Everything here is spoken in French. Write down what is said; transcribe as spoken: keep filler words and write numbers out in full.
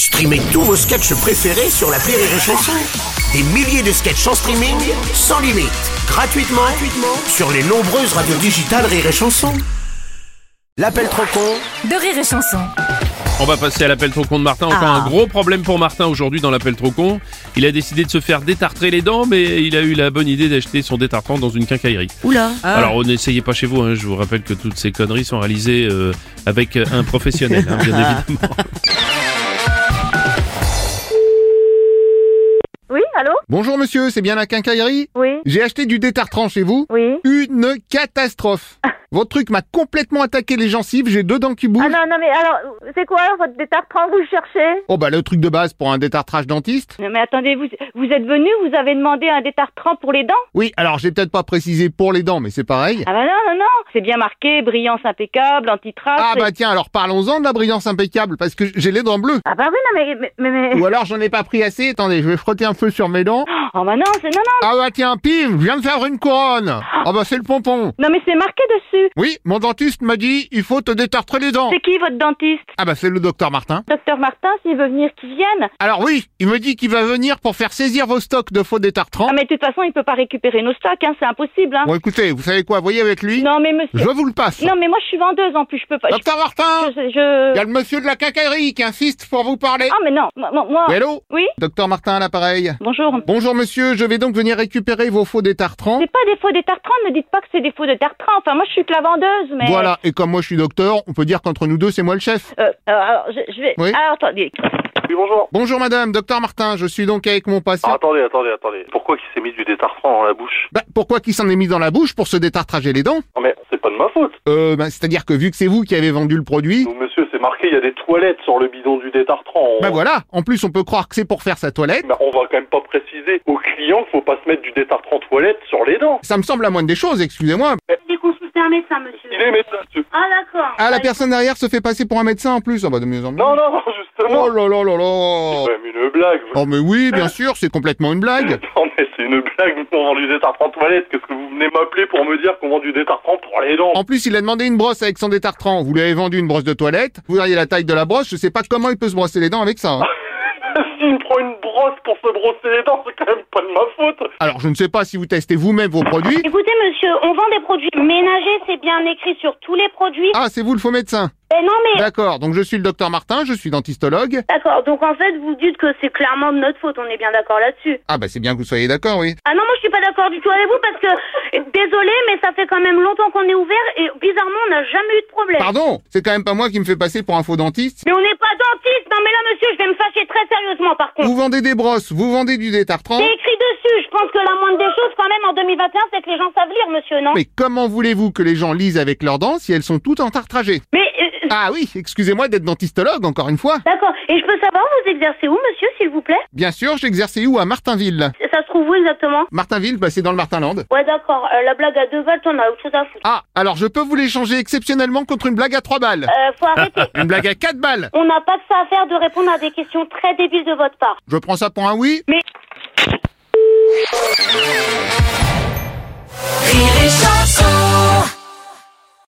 Streamez tous vos sketchs préférés sur l'appli Rire et Chanson. Des milliers de sketchs en streaming, sans limite, gratuitement, gratuitement sur les nombreuses radios digitales Rire et Chanson. L'appel trop con de Rire et Chanson. On va passer à l'appel trop con de Martin. Encore Ah. un gros problème pour Martin aujourd'hui dans l'appel trop con. Il a décidé de se faire détartrer les dents, mais il a eu la bonne idée d'acheter son détartrant dans une quincaillerie. Oula. Ah. Alors n'essayez pas chez vous, hein. Je vous rappelle que toutes ces conneries sont réalisées euh, avec un professionnel, hein, bien évidemment. Oui, allô? Bonjour monsieur, c'est bien la quincaillerie? Oui, J'ai acheté du détartrant chez vous. oui. Une catastrophe. Votre truc m'a complètement attaqué les gencives, j'ai deux dents qui bougent. Ah non, non, mais alors, c'est quoi votre détartrant vous cherchez? Oh bah le truc de base pour un détartrage dentiste. Non, mais attendez, vous, vous êtes venu, vous avez demandé un détartrant pour les dents? Oui, alors j'ai peut-être pas précisé pour les dents, mais c'est pareil. Ah bah non, non, non, c'est bien marqué, brillance impeccable, anti-trace. Ah et- bah tiens, alors parlons-en de la brillance impeccable, parce que j'ai les dents bleues. Ah bah oui, non, mais, mais, mais, mais- Ou alors j'en ai pas pris assez, attendez, je vais frotter un peu sur mes dents. Oh bah non, c'est, non, non, Ah bah tiens, pif, je viens de faire une couronne. Ah bah c'est le pompon. non, mais c'est marqué dessus. Oui, mon dentiste m'a dit, il faut te détartrer les dents. C'est qui votre dentiste? Ah bah c'est le docteur Martin. Docteur Martin, s'il veut venir, qu'il vienne. Alors oui, il me dit qu'il va venir pour faire saisir vos stocks de faux détartrants. Ah mais de toute façon, il peut pas récupérer nos stocks, hein, c'est impossible, hein. Bon écoutez, vous savez quoi, voyez avec lui. Non mais monsieur... Je vous le passe. Non mais moi je suis vendeuse en plus, je peux pas... Docteur Martin, Je... il je... y a le monsieur de la quincaillerie qui insiste pour vous parler. Ah mais non, moi... moi- Oui, allô? Oui, Docteur Martin à l'appareil. bonjour. Bonjour monsieur, je vais donc venir récupérer vos faux détartrants. C'est pas des faux détartrants, ne dites pas que c'est des faux détartrants. Enfin, moi, je suis que la vendeuse, mais... Voilà, et comme moi je suis docteur, on peut dire qu'entre nous deux c'est moi le chef. Euh, euh, alors, je, je vais... Oui. Ah, attendez. Oui, bonjour. Bonjour madame, docteur Martin, je suis donc avec mon patient. Ah, attendez, attendez, attendez. Pourquoi qu'il s'est mis du détartrant dans la bouche? Bah, pourquoi qu'il s'en est mis dans la bouche pour se détartrager les dents? Non mais, c'est pas de ma faute. Euh, bah, c'est-à-dire que vu que c'est vous qui avez vendu le produit, Donc, monsieur, c'est marqué, il y a des toilettes sur le bidon du détartrant. On... bah voilà, en plus on peut croire que c'est pour faire sa toilette. Mais on va quand même pas préciser aux clients qu'il faut pas se mettre du détartrant toilette sur les dents. Ça me semble la moindre des choses, excusez-moi. J'ai consulté un médecin, monsieur. Il est médecin, monsieur. Ah, d'accord. Ah, la personne derrière se fait passer pour un médecin en plus. Ah bah de mieux en mieux. Non, non, non, justement. Oh là là là C'est là. quand même une blague. Oh mais oui, bien sûr, c'est complètement une blague. Non mais c'est une blague, nous on vend du détartrant toilette. Qu'est-ce que vous venez m'appeler pour me dire qu'on vend du détartrant pour les dents? En plus, il a demandé une brosse avec son détartrant. Vous lui avez vendu une brosse de toilette. Vous voyez la taille de la brosse, je sais pas comment il peut se brosser les dents avec ça. hein. S'il me prend une brosse pour se brosser les dents, c'est quand même pas de ma faute. Alors, je ne sais pas si vous testez vous-même vos produits. Écoutez, monsieur, on vend des produits ménagers, c'est bien écrit sur tous les produits. Ah, c'est vous le faux médecin. Eh non, mais... D'accord, donc je suis le docteur Martin, je suis dentistologue. D'accord, donc en fait, vous dites que c'est clairement de notre faute, on est bien d'accord là-dessus. Ah bah c'est bien que vous soyez d'accord, oui. Ah non, moi je suis pas d'accord du tout avec vous parce que... Désolé, mais ça fait quand même longtemps qu'on est ouvert et bizarrement, on n'a jamais eu de problème. Pardon, c'est quand même pas moi qui me fais passer pour un faux dentiste. Mais on n'est pas dentiste. Non mais là, monsieur, je vais me fâcher très sérieusement par contre. Vous vendez des brosses, vous vendez du détartrant. C'est écrit dessus, je pense que la moindre des choses quand même en deux mille vingt et un, c'est que les gens savent lire, monsieur, non? Mais comment voulez-vous que les gens lisent avec leurs dents si elles sont toutes entartragées? Mais... euh, Ah oui, excusez-moi d'être dentistologue, encore une fois. D'accord, et je peux savoir, vous exercez où, monsieur, s'il vous plaît? Bien sûr, j'exerçais où? À Martinville. Ça se trouve où exactement? Martinville, bah c'est dans le Martinland. Ouais, d'accord, euh, la blague à deux balles, t'en as autre chose à foutre. Ah, alors je peux vous l'échanger exceptionnellement contre une blague à trois balles. Euh, faut arrêter. Une blague à quatre balles. On n'a pas que ça à faire de répondre à des questions très débiles de votre part. Je prends ça pour un oui. Mais... Rire et Chanson.